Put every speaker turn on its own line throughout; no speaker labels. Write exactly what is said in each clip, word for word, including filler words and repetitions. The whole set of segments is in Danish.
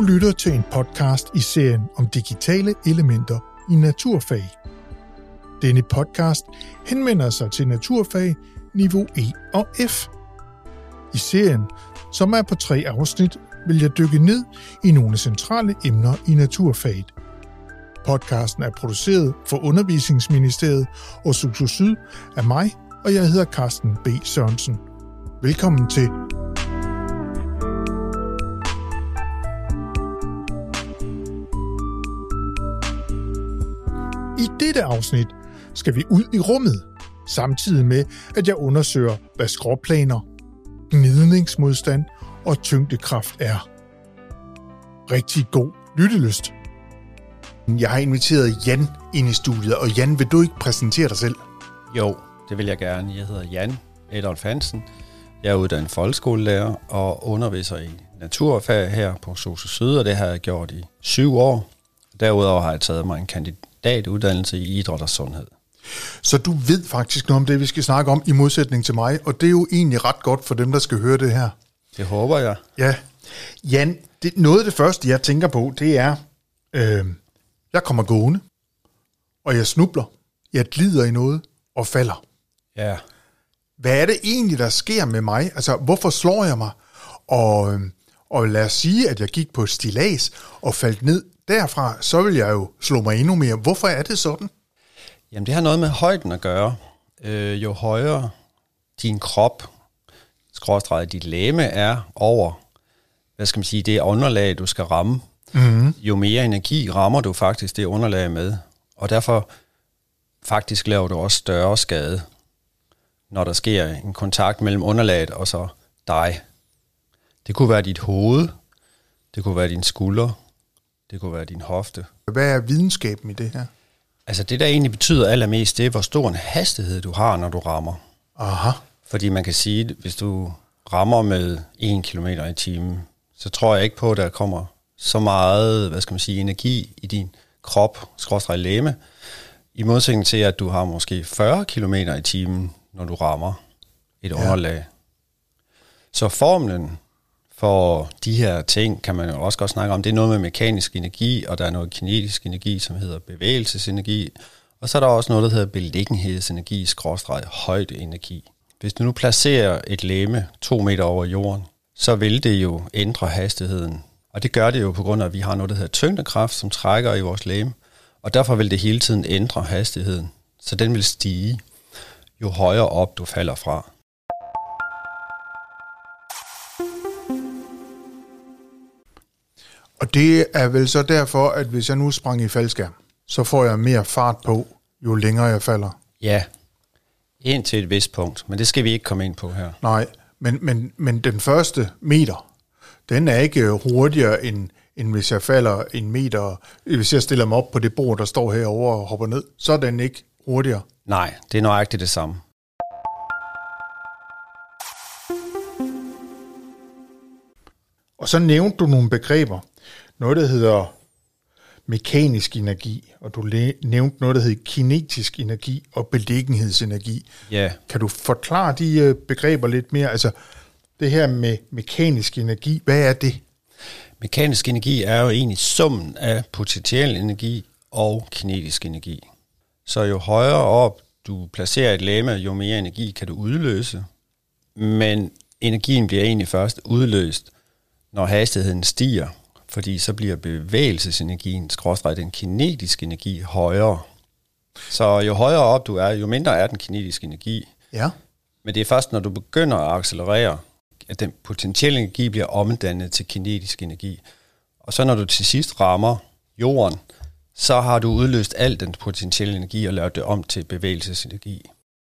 lytter til en podcast i serien om digitale elementer i naturfag. Denne podcast henvender sig til naturfag niveau E og F. I serien, som er på tre afsnit, vil jeg dykke ned i nogle centrale emner i naturfaget. Podcasten er produceret for Undervisningsministeriet og Suso Syd af mig, og jeg hedder Carsten B. Sørensen. Velkommen til. I dette afsnit skal vi ud i rummet, samtidig med, at jeg undersøger, hvad skråplaner, gnidningsmodstand og tyngdekraft er. Rigtig god lyttelyst. Jeg har inviteret Jan ind i studiet, og Jan, vil du ikke præsentere dig selv?
Jo, det vil jeg gerne. Jeg hedder Jan Adolf Hansen. Jeg er uddannet folkeskolelærer og underviser i naturfag her på Suso Syd, og det har jeg gjort i syv år. Derudover har jeg taget mig en kandidatuddannelse i idræt og sundhed.
Så du ved faktisk noget om det, vi skal snakke om, i modsætning til mig, og det er jo egentlig ret godt for dem, der skal høre det her.
Det håber jeg.
Ja. Jan, det, noget af det første, jeg tænker på, det er, øh, jeg kommer gående, og jeg snubler, jeg glider i noget og falder.
Ja.
Hvad er det egentlig, der sker med mig? Altså, hvorfor slår jeg mig? Og, og lad os sige, at jeg gik på et stillads og faldt ned derfra, så vil jeg jo slå mig endnu mere. Hvorfor er det sådan?
Jamen, det har noget med højden at gøre. Øh, jo højere din krop, skråstreg dit legeme er over, hvad skal man sige, det underlag, du skal ramme, mm-hmm. jo mere energi rammer du faktisk det underlag med. Og derfor faktisk laver du også større skade, når der sker en kontakt mellem underlaget og så dig. Det kunne være dit hoved, det kunne være din skulder, det kunne være din hofte.
Hvad er videnskaben i det her?
Altså det, der egentlig betyder allermest, det er, hvor stor en hastighed du har, når du rammer.
Aha.
Fordi man kan sige, at hvis du rammer med en kilometer i timen, så tror jeg ikke på, at der kommer så meget, hvad skal man sige, energi i din krop, skråstreg legeme, i modsætning til, at du har måske fyrre kilometer i timen, når du rammer et ja. underlag. Så formlen for de her ting, kan man jo også godt snakke om, det er noget med mekanisk energi, og der er noget kinetisk energi, som hedder bevægelsesenergi, og så er der også noget, der hedder beliggenhedsenergi, skråstreg højdeenergi. Hvis du nu placerer et legeme to meter over jorden, så vil det jo ændre hastigheden. Og det gør det jo på grund af, at vi har noget, der hedder tyngdekraft, som trækker i vores legeme, og derfor vil det hele tiden ændre hastigheden. Så den vil stige, jo højere op du falder fra.
Og det er vel så derfor, at hvis jeg nu sprang i faldskærm, så får jeg mere fart på, jo længere jeg falder.
Ja, indtil et vist punkt, men det skal vi ikke komme ind på her.
Nej, men, men, men den første meter, den er ikke hurtigere, end, end hvis jeg falder en meter. Hvis jeg stiller mig op på det bord, der står herovre og hopper ned, så er den ikke hurtigere.
Nej, det er nøjagtigt det samme.
Og så nævnte du nogle begreber. Noget, der hedder mekanisk energi, og du nævnte noget, der hedder kinetisk energi og beliggenhedsenergi.
Ja.
Kan du forklare de begreber lidt mere? Altså, det her med mekanisk energi, hvad er det?
Mekanisk energi er jo egentlig summen af potentiel energi og kinetisk energi. Så jo højere op du placerer et legeme, jo mere energi kan du udløse. Men energien bliver egentlig først udløst, når hastigheden stiger, fordi så bliver bevægelsesenergien, skråstreg den kinetiske energi, højere. Så jo højere op du er, jo mindre er den kinetiske energi.
Ja.
Men det er først, når du begynder at accelerere, at den potentielle energi bliver omdannet til kinetisk energi. Og så når du til sidst rammer jorden, så har du udløst al den potentielle energi og lavet det om til bevægelsesenergi.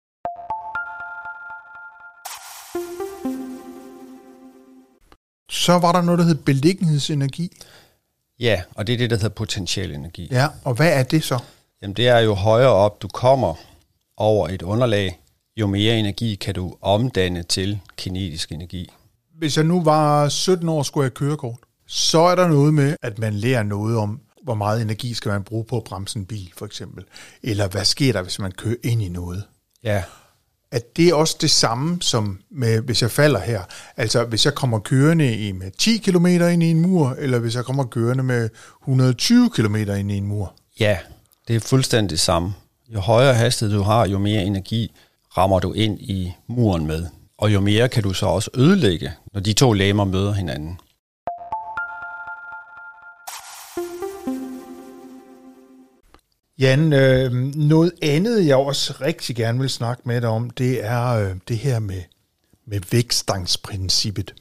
Så var der noget, der hedder beliggenhedsenergi.
Ja, og det er det, der hedder potentiel energi.
Ja, og hvad er det så?
Jamen det er jo højere op du kommer over et underlag, jo mere energi kan du omdanne til kinetisk energi.
Hvis jeg nu var sytten år, skulle jeg kørekort, så er der noget med, at man lærer noget om, hvor meget energi skal man bruge på at bremse en bil, for eksempel. Eller hvad sker der, hvis man kører ind i noget?
Ja.
at det er også det samme som med, hvis jeg falder her. Altså, hvis jeg kommer kørende i med ti kilometer ind i en mur, eller hvis jeg kommer kørende med et hundrede og tyve kilometer ind i en mur.
Ja, det er fuldstændig det samme. Jo højere hastighed du har, jo mere energi rammer du ind i muren med. Og jo mere kan du så også ødelægge, når de to legemer møder hinanden.
Jan, øh, noget andet, jeg også rigtig gerne vil snakke med dig om, det er øh, det her med, med vægtstangsprincippet.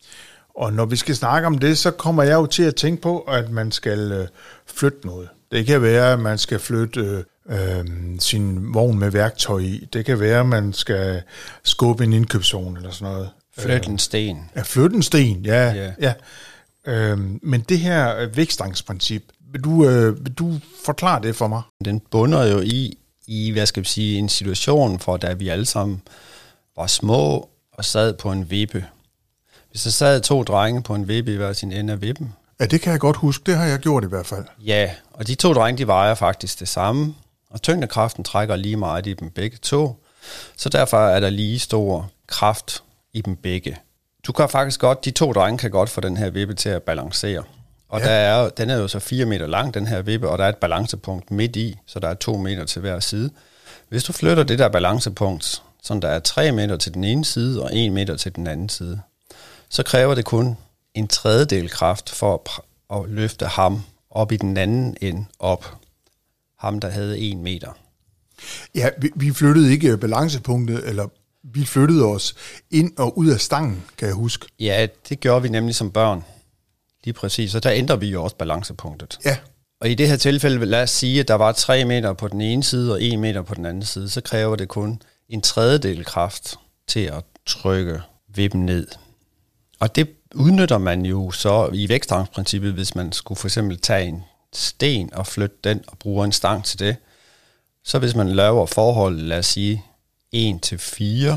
Og når vi skal snakke om det, så kommer jeg jo til at tænke på, at man skal øh, flytte noget. Det kan være, at man skal flytte øh, sin vogn med værktøj i. Det kan være, at man skal skubbe en indkøbszone eller sådan noget.
Flytte en sten.
Ja, flytte en sten, ja.
Yeah.
ja. Øh, men det her vægtstangsprincip, vil du, øh, vil du forklare det for mig?
Den bunder jo i, i, hvad skal vi sige, en situation, for da vi alle sammen var små og sad på en vippe. Hvis der sad to drenge på en vippe i hver sin ende af vippen.
Ja, det kan jeg godt huske. Det har jeg gjort i hvert fald.
Ja, og de to drenge, de vejer faktisk det samme. Og tyngdekraften trækker lige meget i dem begge to. Så derfor er der lige stor kraft i dem begge. Du kan faktisk godt, de to drenge kan godt få den her vippe til at balancere. Og ja. der er, den er jo så fire meter lang, den her vippe, og der er et balancepunkt midt i, så der er to meter til hver side. Hvis du flytter det der balancepunkt, så der er tre meter til den ene side og en meter til den anden side, så kræver det kun en tredjedel kraft for at, at løfte ham op i den anden ende op. Ham, der havde en meter.
Ja, vi, vi flyttede ikke balancepunktet, eller vi flyttede os ind og ud af stangen, kan jeg huske.
Ja, det gjorde vi nemlig som børn. Lige præcis, og der ændrer vi jo også balancepunktet.
Ja.
Og i det her tilfælde, lad os sige, at der var tre meter på den ene side og en meter på den anden side, så kræver det kun en tredjedel kraft til at trykke vippen ned. Og det udnytter man jo så i vægtstangsprincippet, hvis man skulle for eksempel tage en sten og flytte den og bruge en stang til det. Så hvis man laver forhold, lad os sige, en til fire,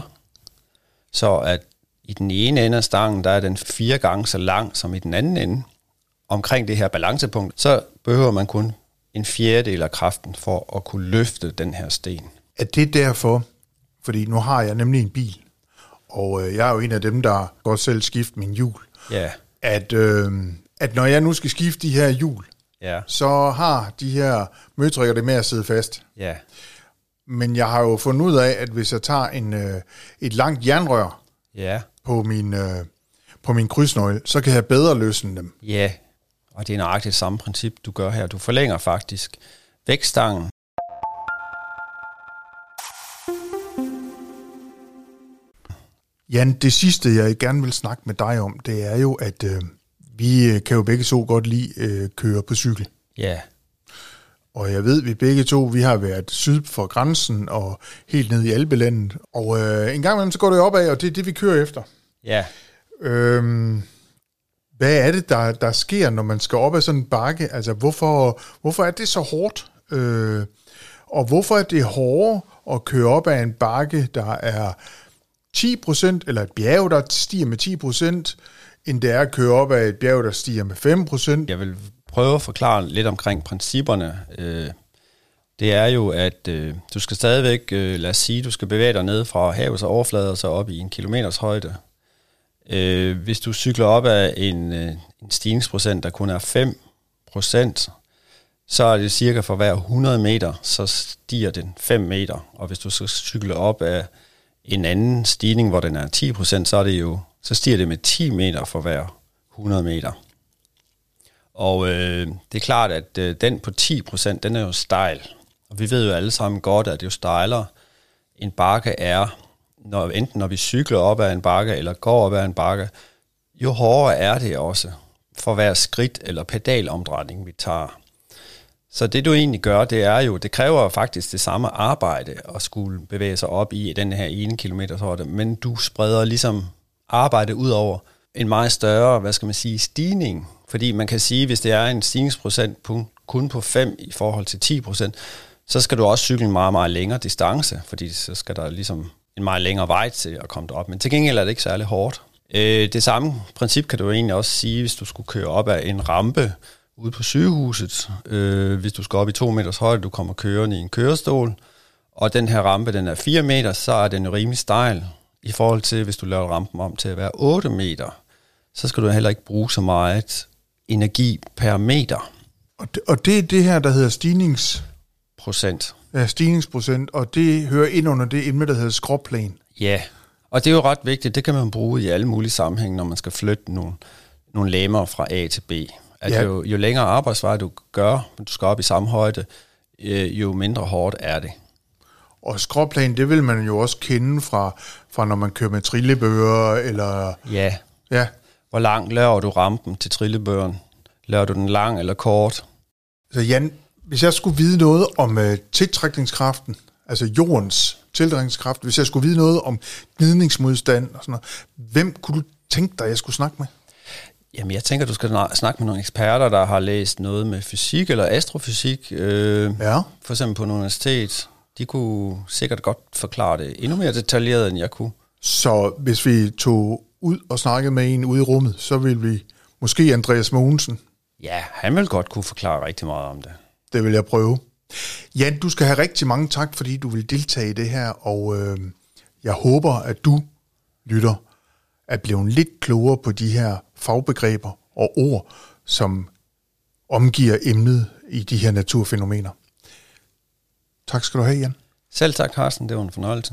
så at i den ene ende af stangen, der er den fire gange så lang som i den anden ende, omkring det her balancepunkt, så behøver man kun en fjerdedel af kraften for at kunne løfte den her sten.
Er det derfor, fordi nu har jeg nemlig en bil, og jeg er jo en af dem, der godt selv skifter min hjul,
ja.
at, øh, at når jeg nu skal skifte de her hjul,
ja.
så har de her møtrikker det med at sidde fast.
Ja.
Men jeg har jo fundet ud af, at hvis jeg tager en, øh, et langt jernrør
ja.
på min, øh, på min krydsnøgle, så kan jeg bedre løsne dem.
Ja, og det er nøjagtigt det samme princip, du gør her. Du forlænger faktisk vægtstangen.
Jan, det sidste, jeg gerne vil snakke med dig om, det er jo, at øh, vi kan jo begge to godt lide øh, køre på cykel.
Ja.
Og jeg ved, vi begge to, vi har været syd for grænsen og helt ned i Alpelandet. Og øh, en gang imellem, så går det opad, og det er det, vi kører efter.
Ja.
Øhm, hvad er det, der, der sker, når man skal op ad sådan en bakke? Altså, hvorfor, hvorfor er det så hårdt? Øh, og hvorfor er det hårdere at køre op ad en bakke, der er ti procent, eller et bjerg, der stiger med ti procent, end det er at køre op ad et bjerg, der stiger med fem procent?
Jeg vil prøve at forklare lidt omkring principperne. Det er jo, at du skal stadigvæk, lad os sige, du skal bevæge dig ned fra havets overflade og så op i en kilometers højde. Hvis du cykler op ad en, en stigningsprocent, der kun er fem procent, så er det cirka for hver hundrede meter, så stiger den fem meter. Og hvis du så cykler op ad en anden stigning, hvor den er ti procent, så er det jo, så stiger det med ti meter for hver hundrede meter. Og øh, det er klart, at øh, den på ti procent, den er jo stejl. Og vi ved jo alle sammen godt, at jo stejlere en bakke er, når, enten når vi cykler op ad en bakke, eller går op ad en bakke, jo hårdere er det også for hver skridt eller pedalomdrejning, vi tager. Så det du egentlig gør, det er jo, det kræver faktisk det samme arbejde at skulle bevæge sig op i den her ene kilometers højde, men du spreder ligesom arbejde ud over en meget større, hvad skal man sige, stigning. Fordi man kan sige, hvis det er en stigningsprocent på, kun på fem i forhold til ti procent, så skal du også cykle en meget, meget længere distance, fordi så skal der ligesom en meget længere vej til at komme derop. Men til gengæld er det ikke særlig hårdt. Øh, det samme princip kan du egentlig også sige, hvis du skulle køre op ad en rampe ude på sygehuset. Øh, hvis du skal op i to meters højde, du kommer kørende i en kørestol, Og den her rampe, den er fire meter, så er den jo rimelig stejl. I forhold til, hvis du laver rampen om til at være otte meter, så skal du heller ikke bruge så meget energi per meter.
Og det, og det er det her, der hedder stignings...
Procent.
Ja, stigningsprocent, og det hører ind under det emne, der hedder skråplan.
Ja, og det er jo ret vigtigt. Det kan man bruge i alle mulige sammenhænge, når man skal flytte nogle, nogle lemmer fra A til B. At ja. jo, jo længere arbejdsvej du gør, du skal op i samme højde, øh, jo mindre hårdt er det.
Og skråplan, det vil man jo også kende fra, fra når man kører med trillebøger, eller...
Ja.
ja.
Hvor langt laver du rampen til trillebøren? Laver du den lang eller kort?
Så Jan, hvis jeg skulle vide noget om uh, tiltrækningskraften, altså jordens tiltrækningskraft, hvis jeg skulle vide noget om gnidningsmodstand og sådan noget, hvem kunne du tænke dig, jeg skulle snakke med?
Jamen, jeg tænker, du skal snakke med nogle eksperter, der har læst noget med fysik eller astrofysik, øh, ja. For eksempel på en universitet. De kunne sikkert godt forklare det endnu mere detaljeret, end jeg kunne. Så
hvis vi tog ud og snakkede med en ude i rummet, så ville vi måske Andreas Mogensen.
Ja, han vil godt kunne forklare rigtig meget om det.
Det vil jeg prøve. Jan, du skal have rigtig mange tak, fordi du vil deltage i det her, og øh, jeg håber, at du, lytter, er blevet lidt klogere på de her fagbegreber og ord, som omgiver emnet i de her naturfænomener. Tak skal du have, Jan.
Selv tak, Carsten. Det var en fornøjelse.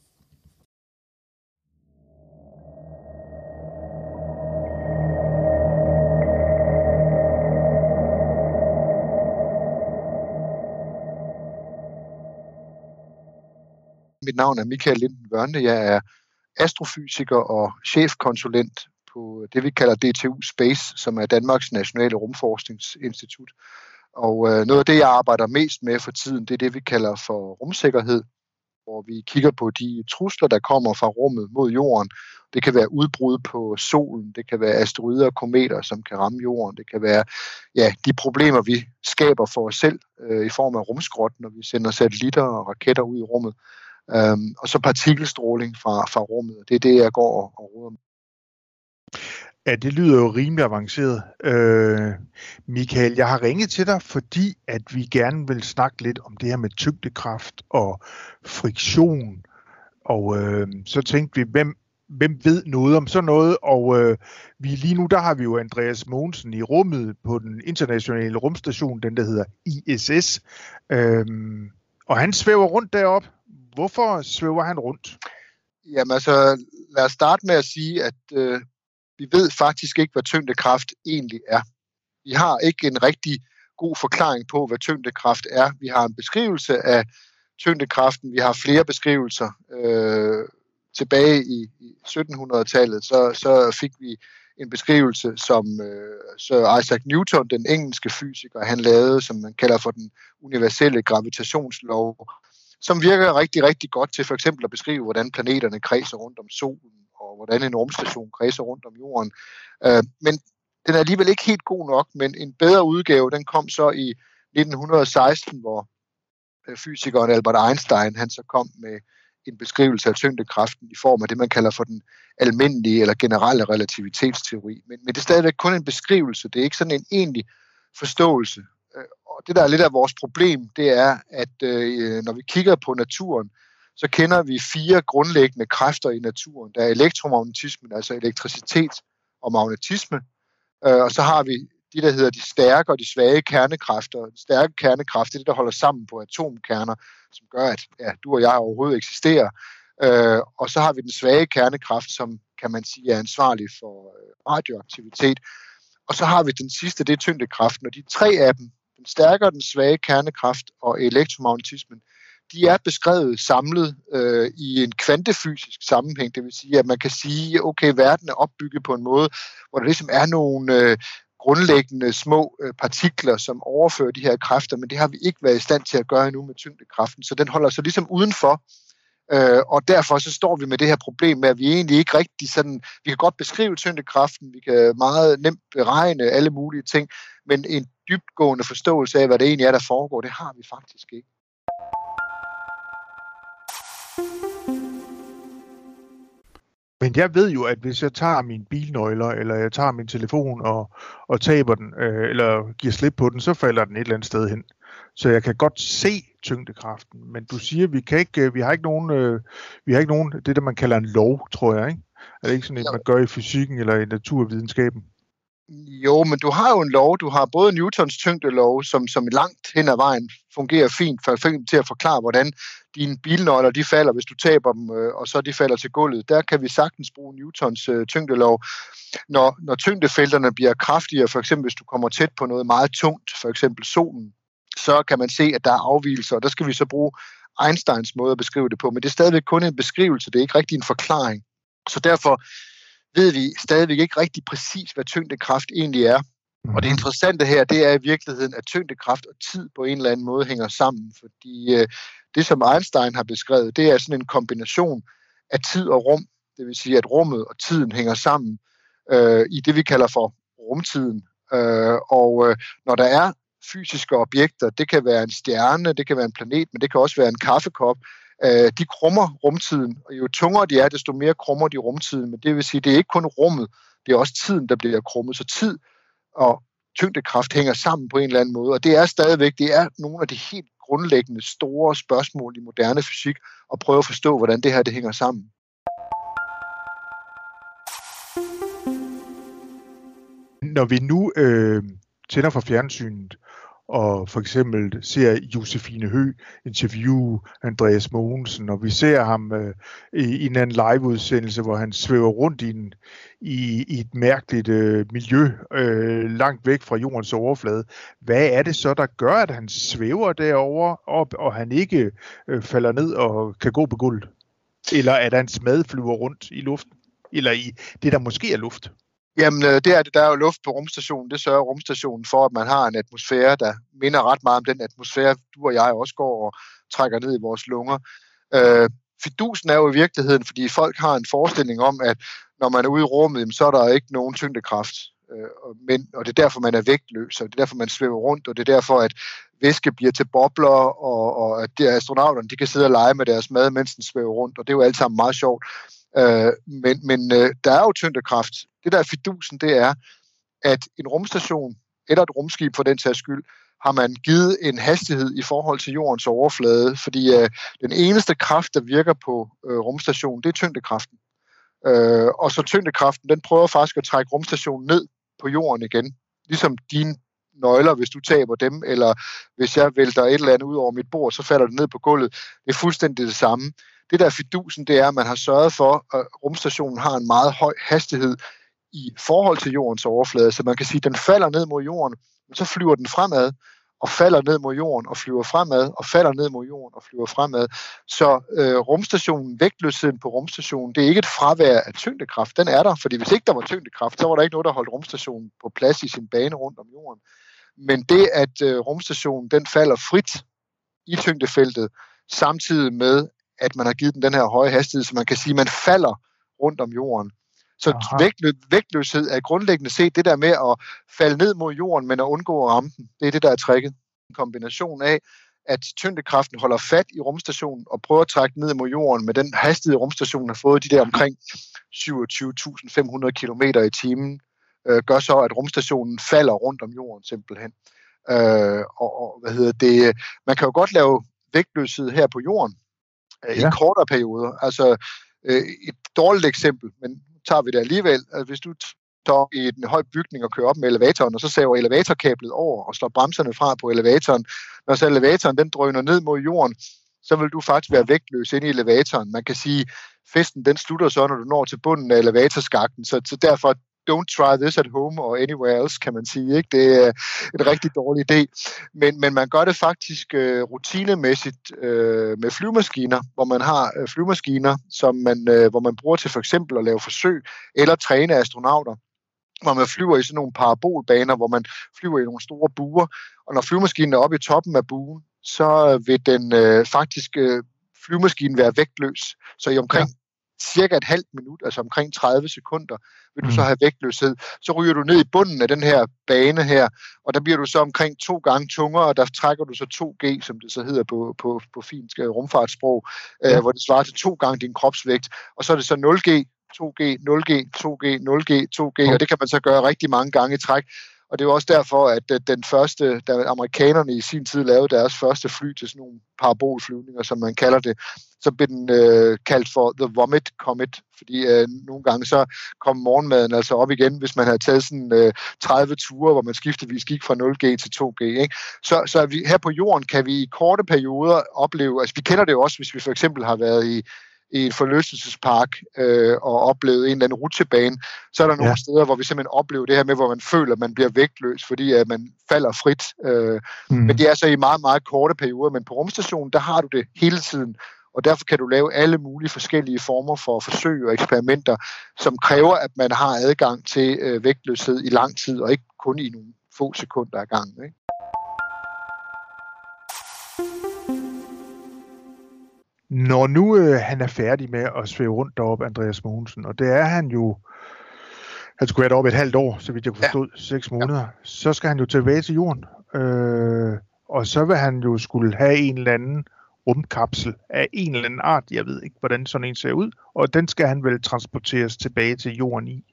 Mit navn er Michael Linden Wørne. Jeg er astrofysiker og chefkonsulent på det, vi kalder D T U Space, som er Danmarks Nationale Rumforskningsinstitut. Og øh, noget af det, jeg arbejder mest med for tiden, det er det, vi kalder for rumsikkerhed, hvor vi kigger på de trusler, der kommer fra rummet mod jorden. Det kan være udbrud på solen, det kan være asteroider og kometer, som kan ramme jorden. Det kan være ja, de problemer, vi skaber for os selv øh, i form af rumskrot, når vi sender satellitter og raketter ud i rummet. Øhm, og så partikelstråling fra, fra rummet. Det er det, jeg går og, og råder med.
Ja, det lyder jo rimelig avanceret. Øh, Michael, jeg har ringet til dig, fordi at vi gerne vil snakke lidt om det her med tyngdekraft og friktion. Og øh, så tænkte vi, hvem, hvem ved noget om sådan noget? Og øh, vi, lige nu, der har vi jo Andreas Mogensen i rummet på den internationale rumstation, den der hedder I S S. Øh, og han svæver rundt deroppe. Hvorfor svæver han rundt?
Jamen altså, lad os starte med at sige, at øh, vi ved faktisk ikke, hvad tyngdekraft egentlig er. Vi har ikke en rigtig god forklaring på, hvad tyngdekraft er. Vi har en beskrivelse af tyngdekraften. Vi har flere beskrivelser. Øh, tilbage i, i sytten hundrede-tallet, så, så fik vi en beskrivelse, som øh, Sir Isaac Newton, den engelske fysiker, han lavede, som man kalder for den universelle gravitationslov, som virker rigtig, rigtig godt til for eksempel at beskrive, hvordan planeterne kredser rundt om solen, og hvordan en rumstation kredser rundt om jorden. Øh, men den er alligevel ikke helt god nok, men en bedre udgave, den kom så i nitten seksten, hvor fysikeren Albert Einstein, han så kom med en beskrivelse af tyngdekraften i form af det, man kalder for den almindelige eller generelle relativitetsteori. Men, men det er stadigvæk kun en beskrivelse, det er ikke sådan en egentlig forståelse. Og det, der er lidt af vores problem, det er, at øh, når vi kigger på naturen, så kender vi fire grundlæggende kræfter i naturen. Der er elektromagnetismen, altså elektricitet og magnetisme. Øh, og så har vi de, der hedder de stærke og de svage kernekræfter. De stærke kernekraft, det er det, der holder sammen på atomkerner, som gør, at ja, du og jeg overhovedet eksisterer. Øh, og så har vi den svage kernekraft, som kan man sige er ansvarlig for radioaktivitet. Og så har vi den sidste, det er tyngdekraften. Og de tre af dem, den stærke og den svage kernekraft og elektromagnetismen, de er beskrevet samlet øh, i en kvantefysisk sammenhæng. Det vil sige, at man kan sige, okay, verden er opbygget på en måde, hvor der ligesom er nogle øh, grundlæggende små øh, partikler, som overfører de her kræfter, men det har vi ikke været i stand til at gøre endnu med tyngdekraften, så den holder sig ligesom udenfor. Øh, og derfor så står vi med det her problem med, at vi egentlig ikke rigtig sådan, vi kan godt beskrive tyngdekraften, vi kan meget nemt beregne alle mulige ting, men en dybtgående forståelse af, hvad det egentlig er, der foregår, det har vi faktisk ikke.
Men jeg ved jo, at hvis jeg tager mine bilnøgler, eller jeg tager min telefon og, og taber den, øh, eller giver slip på den, så falder den et eller andet sted hen. Så jeg kan godt se
tyngdekraften. Men du siger, vi kan ikke, vi har ikke nogen, øh, vi har ikke nogen, det der man kalder en lov, tror jeg, ikke? Er det ikke sådan, at man gør i fysikken eller i naturvidenskaben?
Jo, men du har jo en lov. Du har både Newtons tyngdelov, som, som langt hen ad vejen fungerer fint for, for til at forklare, hvordan dine bilnøgler de falder, hvis du taber dem, øh, og så de falder til gulvet. Der kan vi sagtens bruge Newtons øh, tyngdelov. Når, når tyngdefelterne bliver kraftigere, for eksempel hvis du kommer tæt på noget meget tungt, for eksempel solen, så kan man se, at der er afvigelser, og der skal vi så bruge Einsteins måde at beskrive det på. Men det er stadigvæk kun en beskrivelse, det er ikke rigtig en forklaring. Så derfor ved vi stadigvæk ikke rigtig præcis, hvad tyngdekraft egentlig er. Og det interessante her, det er i virkeligheden, at tyngdekraft og tid på en eller anden måde hænger sammen. Fordi øh, det, som Einstein har beskrevet, det er sådan en kombination af tid og rum. Det vil sige, at rummet og tiden hænger sammen øh, i det, vi kalder for rumtiden. Øh, og øh, når der er fysiske objekter, det kan være en stjerne, det kan være en planet, men det kan også være en kaffekop, de krummer rumtiden, og jo tungere de er, desto mere krummer de rumtiden, men det vil sige, det er ikke kun rummet, det er også tiden, der bliver krummet, så tid og tyngdekraft hænger sammen på en eller anden måde, og det er stadigvæk, det er nogle af de helt grundlæggende store spørgsmål i moderne fysik, at prøve at forstå, hvordan det her det hænger sammen.
Når vi nu øh, tænder for fjernsynet, og for eksempel ser Josefine Høgh interviewe Andreas Mogensen, og vi ser ham øh, i en anden live-udsendelse, hvor han svæver rundt i, en, i, i et mærkeligt øh, miljø, øh, langt væk fra jordens overflade. Hvad er det så, der gør, at han svæver derovre op, og han ikke øh, falder ned og kan gå på gulvet? Eller at hans mad flyver rundt i luften? Eller i det, der måske er luft?
Jamen, det er det, der er jo luft på rumstationen. Det sørger rumstationen for, at man har en atmosfære, der minder ret meget om den atmosfære, du og jeg også går og trækker ned i vores lunger. Øh, fidusen er jo i virkeligheden, fordi folk har en forestilling om, at når man er ude i rummet, så er der ikke nogen tyngdekraft. Øh, men, og det er derfor, man er vægtløs, og det er derfor, man svæver rundt, og det er derfor, at væske bliver til bobler, og, og at de astronauterne de kan sidde og lege med deres mad, mens den svæver rundt, og det er jo alt sammen meget sjovt. Øh, men men øh, der er jo tyngdekraft. Det der er fidusen, det er, at en rumstation, eller et rumskib for den sags skyld, har man givet en hastighed i forhold til jordens overflade, fordi øh, den eneste kraft, der virker på øh, rumstationen, det er tyngdekraften. Øh, og så tyngdekraften, den prøver faktisk at trække rumstationen ned på jorden igen, ligesom dine nøgler, hvis du taber dem, eller hvis jeg vælter et eller andet ud over mit bord, så falder det ned på gulvet. Det er fuldstændig det samme. Det der fidusen, det er, at man har sørget for, at rumstationen har en meget høj hastighed i forhold til jordens overflade, så man kan sige, at den falder ned mod jorden, men så flyver den fremad, og falder ned mod jorden, og flyver fremad, og falder ned mod jorden, og flyver fremad. Så øh, rumstationen, vægtløsheden på rumstationen, det er ikke et fravær af tyngdekraft, den er der, fordi hvis ikke der var tyngdekraft, så var der ikke noget, der holdt rumstationen på plads i sin bane rundt om jorden. Men det, at øh, rumstationen, den falder frit i tyngdefeltet, samtidig med, at man har givet den den her høje hastighed, så man kan sige, at man falder rundt om jorden. Så vægtlø- vægtløshed er grundlæggende set det der med at falde ned mod jorden, men at undgå at ramme den. Det er det, der er tricket. En kombination af, at tyngdekraften holder fat i rumstationen og prøver at trække ned mod jorden med den hastighed, rumstationen har fået, de der omkring syvogtyve tusind fem hundrede kilometer i timen, øh, gør så, at rumstationen falder rundt om jorden simpelthen. Øh, og, og hvad hedder det? Man kan jo godt lave vægtløshed her på jorden øh, ja. i kortere perioder. Altså øh, et dårligt eksempel, men tager vi det alligevel. Altså, hvis du står i en høj bygning og kører op med elevatoren, og så saver elevatorkablet over og slår bremserne fra på elevatoren. Når så elevatoren den drøner ned mod jorden, så vil du faktisk være vægtløs inde i elevatoren. Man kan sige, festen den slutter så, når du når til bunden af elevatorskakten, så, så derfor don't try this at home or anywhere else, kan man sige. Ikke? Det er en rigtig dårlig idé. Men, men man gør det faktisk øh, rutinemæssigt øh, med flyvemaskiner, hvor man har øh, flyvemaskiner, som man, øh, hvor man bruger til for eksempel at lave forsøg eller træne astronauter, hvor man flyver i sådan nogle parabolbaner, hvor man flyver i nogle store buer, og når flyvemaskinen er oppe i toppen af buen, så vil den øh, faktisk øh, flyvemaskinen være vægtløs. Så i omkring ja. cirka et halvt minut, altså omkring tredive sekunder, vil du så have vægtløshed. Så ryger du ned i bunden af den her bane her, og der bliver du så omkring to gange tungere, og der trækker du så to G, som det så hedder på, på, på fint rumfartssprog, ja. øh, hvor det svarer til to gange din kropsvægt, og så er det så nul G, to G, nul G, to G, nul G, to G, og det kan man så gøre rigtig mange gange i træk. Og det er jo også derfor, at den første, da amerikanerne i sin tid lavede deres første fly til sådan nogle parabolflyvninger, som man kalder det, så blev den øh, kaldt for The Vomit Comet, fordi øh, nogle gange så kom morgenmaden altså op igen, hvis man havde taget sådan øh, tredive ture, hvor man skiftevis gik fra nul G til to G. Ikke? Så, så er vi, her på jorden kan vi i korte perioder opleve, altså vi kender det jo også, hvis vi for eksempel har været i i et forlystelsespark øh, og oplevet en eller anden rutsjebane, så er der nogle ja. steder, hvor vi simpelthen oplever det her med, hvor man føler, at man bliver vægtløs, fordi at man falder frit. Øh, mm. Men det er så i meget, meget korte perioder. Men på rumstationen, der har du det hele tiden, og derfor kan du lave alle mulige forskellige former for forsøg og eksperimenter, som kræver, at man har adgang til øh, vægtløshed i lang tid, og ikke kun i nogle få sekunder ad gangen. Ikke?
Når nu øh, han er færdig med at svæve rundt deroppe, Andreas Mogensen, og det er han jo, han skulle være deroppe et halvt år, så vidt jeg kunne forstå, ja. seks måneder, ja. så skal han jo tilbage til jorden, øh, og så vil han jo skulle have en eller anden rumkapsel af en eller anden art, jeg ved ikke, hvordan sådan en ser ud, og den skal han vel transporteres tilbage til jorden i.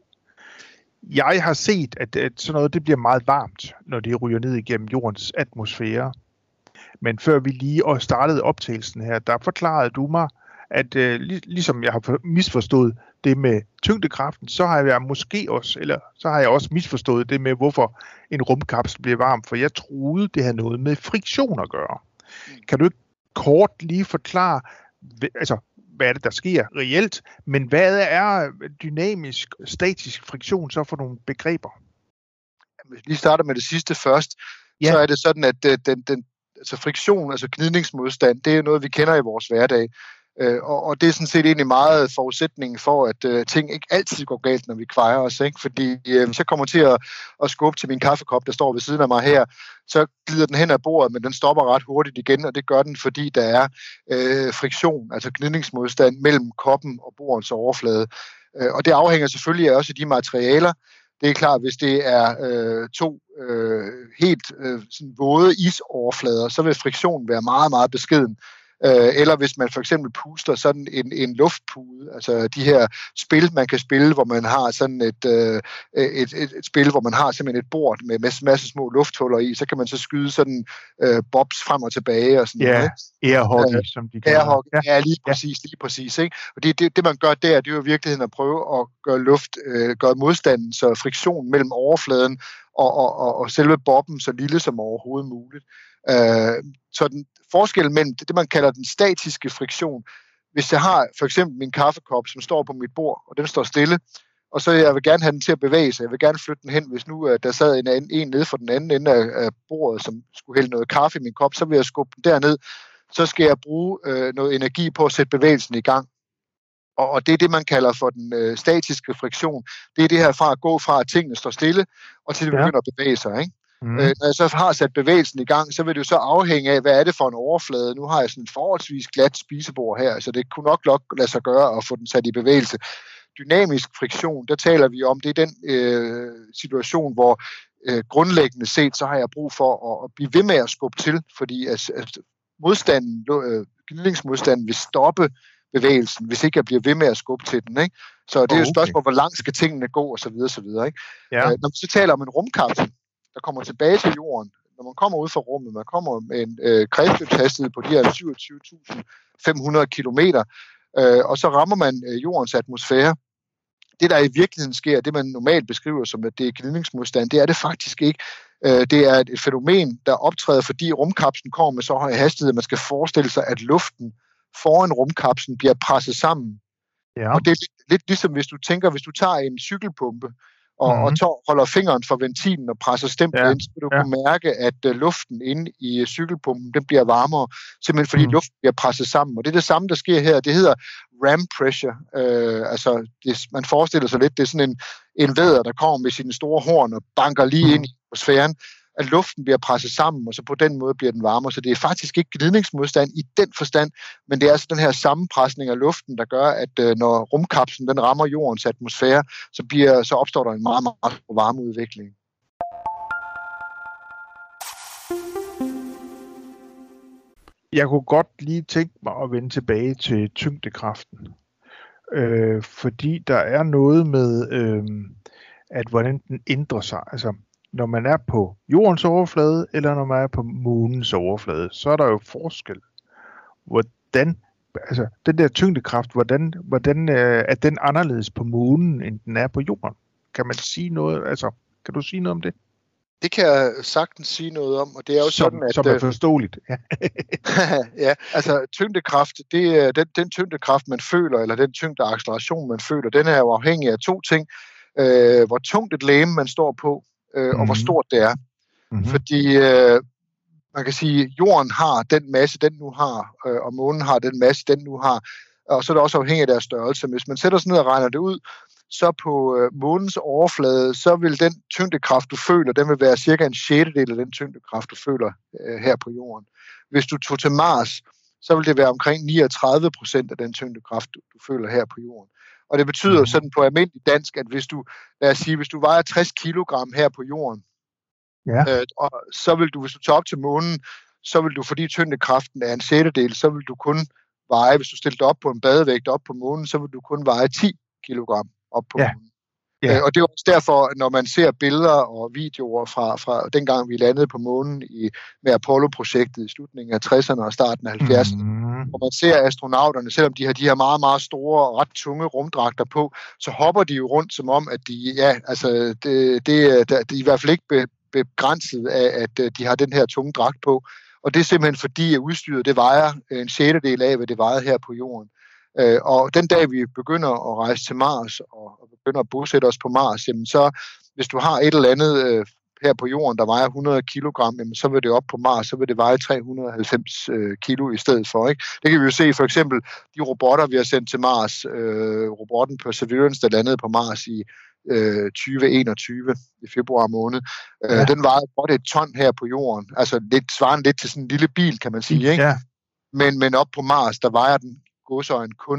Jeg har set, at, at sådan noget, det bliver meget varmt, når det ryger ned igennem jordens atmosfære. Men før vi lige og startede optagelsen her, der forklarede du mig, at øh, lig, ligesom jeg har misforstået det med tyngdekraften, så har jeg måske også, eller så har jeg også misforstået det med, hvorfor en rumkapsel bliver varm, for jeg troede, det havde noget med friktion at gøre. Kan du ikke kort lige forklare, altså, hvad er det, der sker reelt, men hvad er dynamisk, statisk friktion så for nogle begreber?
Hvis vi lige starter med det sidste først, ja. så er det sådan, at øh, den, den altså friktion, altså gnidningsmodstand, det er jo noget, vi kender i vores hverdag. Øh, og, og det er sådan set egentlig meget forudsætningen for, at øh, ting ikke altid går galt, når vi kvejer os. Ikke? Fordi øh, hvis jeg kommer til at, at skubbe til min kaffekop, der står ved siden af mig her, så glider den hen ad bordet, men den stopper ret hurtigt igen, og det gør den, fordi der er øh, friktion, altså gnidningsmodstand mellem koppen og bordets overflade. Øh, og det afhænger selvfølgelig også af de materialer. Det er klart, hvis det er øh, to øh, helt øh, sådan våde isoverflader, så vil friktionen være meget, meget beskeden. Øh, eller hvis man for eksempel puster sådan en, en luftpude, altså de her spil, man kan spille, hvor man har sådan et, øh, et, et, et spil, hvor man har simpelthen et bord med masse, masse små lufthuller i, så kan man så skyde sådan øh, bobs frem og tilbage og sådan
yeah,
noget.
Airhockey, øh, som de kalder.
Airhockey, ja. ja, lige præcis, lige præcis. Ikke? Og det, det, det man gør der, det er jo i virkeligheden at prøve at gøre luft, øh, gøre modstanden, så friktion mellem overfladen og, og, og, og selve bobben så lille som overhovedet muligt. Øh, så den forskel mellem det, det, man kalder den statiske friktion, hvis jeg har for eksempel min kaffekop, som står på mit bord, og den står stille, og så jeg vil gerne have den til at bevæge sig, jeg vil gerne flytte den hen, hvis nu uh, der sad en, en nede for den anden ende af, af bordet, som skulle hælde noget kaffe i min kop, så vil jeg skubbe den derned, så skal jeg bruge uh, noget energi på at sætte bevægelsen i gang. Og, og det er det, man kalder for den uh, statiske friktion. Det er det her fra at gå fra, at tingene står stille, og til det begynder ja. at bevæge sig, ikke? Mm. Øh, når jeg så har sat bevægelsen i gang, så vil det jo så afhænge af, hvad er det for en overflade. Nu har jeg sådan et forholdsvis glat spisebord her, så det kunne nok nok lade sig gøre at få den sat i bevægelse. Dynamisk friktion, der taler vi om, det er den øh, situation, hvor øh, grundlæggende set, så har jeg brug for at, at blive ved med at skubbe til, fordi at, at modstanden, øh, gnidningsmodstanden vil stoppe bevægelsen, hvis ikke jeg bliver ved med at skubbe til den. Ikke? Så det er jo et spørgsmål, hvor langt skal tingene gå, og så videre, så videre. Ikke? Ja. Øh, når vi så taler om en rumkapsel, der kommer tilbage til jorden, når man kommer ud fra rummet, man kommer med en øh, kredsløbshastighed på de her syvogtyve tusind fem hundrede kilometer, øh, og så rammer man øh, jordens atmosfære. Det, der i virkeligheden sker, det man normalt beskriver som, at det er gnidningsmodstand, det er det faktisk ikke. Øh, det er et, et fænomen, der optræder, fordi rumkapslen kommer med så høj hastighed, at man skal forestille sig, at luften foran rumkapslen bliver presset sammen. Ja. Og det er lidt, lidt ligesom, hvis du tænker, hvis du tager en cykelpumpe, og, mm-hmm. og tår, holder fingeren for ventilen og presser stemplet ja. ind, så vil du ja. kunne mærke, at uh, luften inde i uh, cykelpumpen, den bliver varmere, simpelthen fordi mm. luften bliver presset sammen. Og det er det samme, der sker her. Det hedder ram pressure. Uh, altså, det, man forestiller sig lidt, det er sådan en, en vædder, der kommer med sine store horn og banker lige mm. ind i atmosfæren, at luften bliver presset sammen, og så på den måde bliver den varmere. Så det er faktisk ikke gnidningsmodstand i den forstand, men det er altså den her sammenpresning af luften, der gør, at øh, når rumkapslen den rammer jordens atmosfære, så, bliver, så opstår der en meget, meget varmeudvikling.
Jeg kunne godt lige tænke mig at vende tilbage til tyngdekraften, øh, fordi der er noget med, øh, at hvordan den ændrer sig. Altså, når man er på jordens overflade, eller når man er på månens overflade, så er der jo forskel. Hvordan, altså den der tyngdekraft, hvordan, hvordan øh, er den anderledes på månen, end den er på jorden? Kan man sige noget, altså, kan du sige noget om det?
Det kan jeg sagtens sige noget om, og det er jo
som,
sådan, at...
Som er forståeligt. Ja,
ja, altså tyngdekraft, det er den, den tyngdekraft, man føler, eller den tyngdeacceleration, man føler, den er jo afhængig af to ting. Øh, hvor tungt et legeme man står på, øh, mm-hmm. og hvor stort det er. Mm-hmm. Fordi øh, man kan sige, at jorden har den masse, den nu har, øh, og månen har den masse, den nu har, og så er det også afhængigt af deres størrelse. Hvis man sætter sig ned og regner det ud, så på øh, månens overflade, så vil den tyngdekraft, du føler, den vil være cirka en sjettedel af den tyngdekraft, du føler øh, her på jorden. Hvis du tog til Mars, så vil det være omkring niogtredive procent af den tyngdekraft, du, du føler her på jorden. Og det betyder jo sådan på almindelig dansk, at hvis du, lad os sige, hvis du vejer tres kilogram her på jorden, ja. øh, og så vil du, hvis du tager op til månen, så vil du, fordi tyngdekraften er en sjettedel, så vil du kun veje, hvis du stiller dig op på en badevægt op på månen, så vil du kun veje ti kilogram op på ja. månen. Ja. Øh, og det er også derfor, når man ser billeder og videoer fra, fra dengang vi landede på månen i, med Apollo-projektet i slutningen af tresserne og starten af halvfjerdserne, mm. hvor man ser astronauterne, selvom de har de her meget, meget store og ret tunge rumdragter på, så hopper de jo rundt som om, at de, ja, altså, det, det, det er i hvert fald ikke be, begrænset af, at de har den her tunge dragt på. Og det er simpelthen fordi, at udstyret det vejer en sjettedel af, hvad det vejede her på jorden. Øh, og den dag, vi begynder at rejse til Mars og, og begynder at bosætte os på Mars, jamen så, hvis du har et eller andet øh, her på jorden, der vejer hundrede kilogram, jamen så vil det op på Mars, så vil det veje tre hundrede og halvfems øh, kilo i stedet for. Ikke? Det kan vi jo se for eksempel de robotter, vi har sendt til Mars. Øh, robotten Perseverance, der landede på Mars i øh, tyve enogtyve i februar måned. Øh, ja. Den vejede godt et ton her på jorden. Altså lidt, svarende lidt til sådan en lille bil, kan man sige. Ikke? Ja. Men, men op på Mars, der vejer den godsøjen kun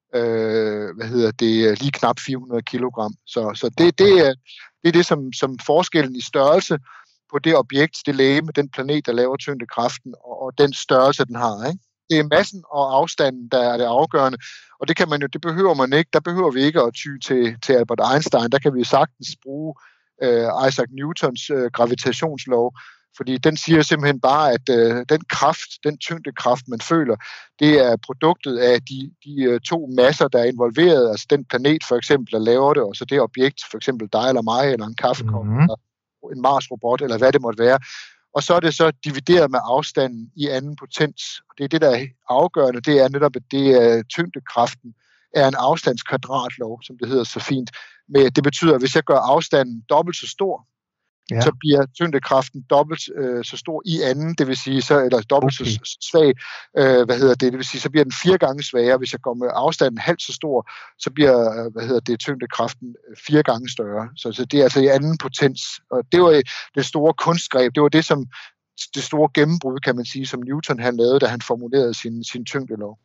øh, hvad hedder det, lige knap fire hundrede kilogram. Så, så det, det, er, det er det, som, som forskellen i størrelse på det objekt, det legeme, den planet, der laver tyngdekraften, og, og den størrelse, den har. Ikke? Det er massen og afstanden, der er det afgørende. Og det kan man jo, det behøver man ikke. Der behøver vi ikke at ty til, til Albert Einstein. Der kan vi sagtens bruge øh, Isaac Newtons øh, gravitationslov. Fordi den siger simpelthen bare, at øh, den kraft, den tyngdekraft, man føler, det er produktet af de, de øh, to masser, der er involveret. Altså den planet for eksempel, der laver det, og så det objekt, for eksempel dig eller mig, eller en kaffekop, mm-hmm. eller en Mars-robot, eller hvad det måtte være. Og så er det så divideret med afstanden i anden potens. Og det er det, der er afgørende, det er netop, at det er tyngdekraften er en afstandskvadratlov, som det hedder så fint. Men det betyder, at hvis jeg gør afstanden dobbelt så stor, ja. så bliver tyngdekraften dobbelt øh, så stor i anden, det vil sige, så, eller dobbelt okay. så svag, øh, hvad hedder det, det vil sige, så bliver den fire gange svagere. Hvis jeg går med afstanden halvt så stor, så bliver, hvad hedder det, tyngdekraften fire gange større. Så, så det er altså i anden potens. Og det var det store kunstgreb, det var det, som det store gennembrud, kan man sige, som Newton han lavede, da han formulerede sin, sin tyngdelov.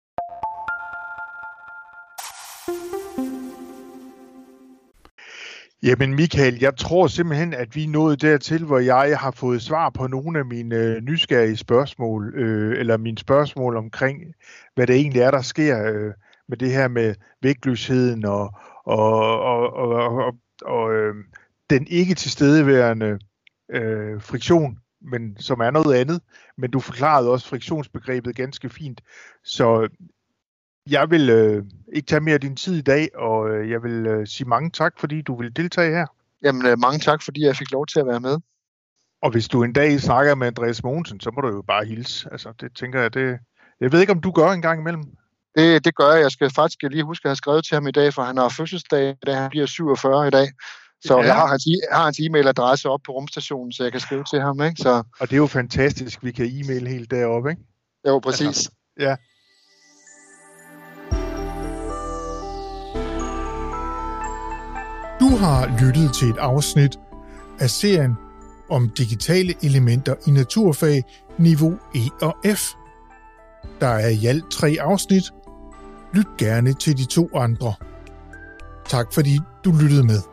Jamen Michael, jeg tror simpelthen, at vi er nået dertil, hvor jeg har fået svar på nogle af mine øh, nysgerrige spørgsmål, øh, eller mine spørgsmål omkring, hvad det egentlig er, der sker øh, med det her med vægtløsheden og, og, og, og, og, og øh, den ikke tilstedeværende øh, friktion, men som er noget andet. Men du forklarede også friktionsbegrebet ganske fint, så jeg vil øh, ikke tage mere af din tid i dag, og øh, jeg vil øh, sige mange tak, fordi du vil deltage her.
Jamen, øh, mange tak, fordi jeg fik lov til at være med.
Og hvis du en dag snakker med Andreas Mogensen, så må du jo bare hilse. Altså, det tænker jeg, det... Jeg ved ikke, om du gør en gang imellem.
Det, det gør jeg. Jeg skal faktisk lige huske, at jeg har skrevet til ham i dag, for han har fødselsdag, da han bliver syvogfyrre i dag. Så ja. jeg har hans, har hans e-mailadresse op på rumstationen, så jeg kan skrive til ham. Ikke? Så...
Og det er jo fantastisk, vi kan e-mail helt deroppe, ikke?
Jo, præcis.
Altså, ja.
Du har lyttet til et afsnit af serien om digitale elementer i naturfag niveau E og F. Der er i alt tre afsnit. Lyt gerne til de to andre. Tak fordi du lyttede med.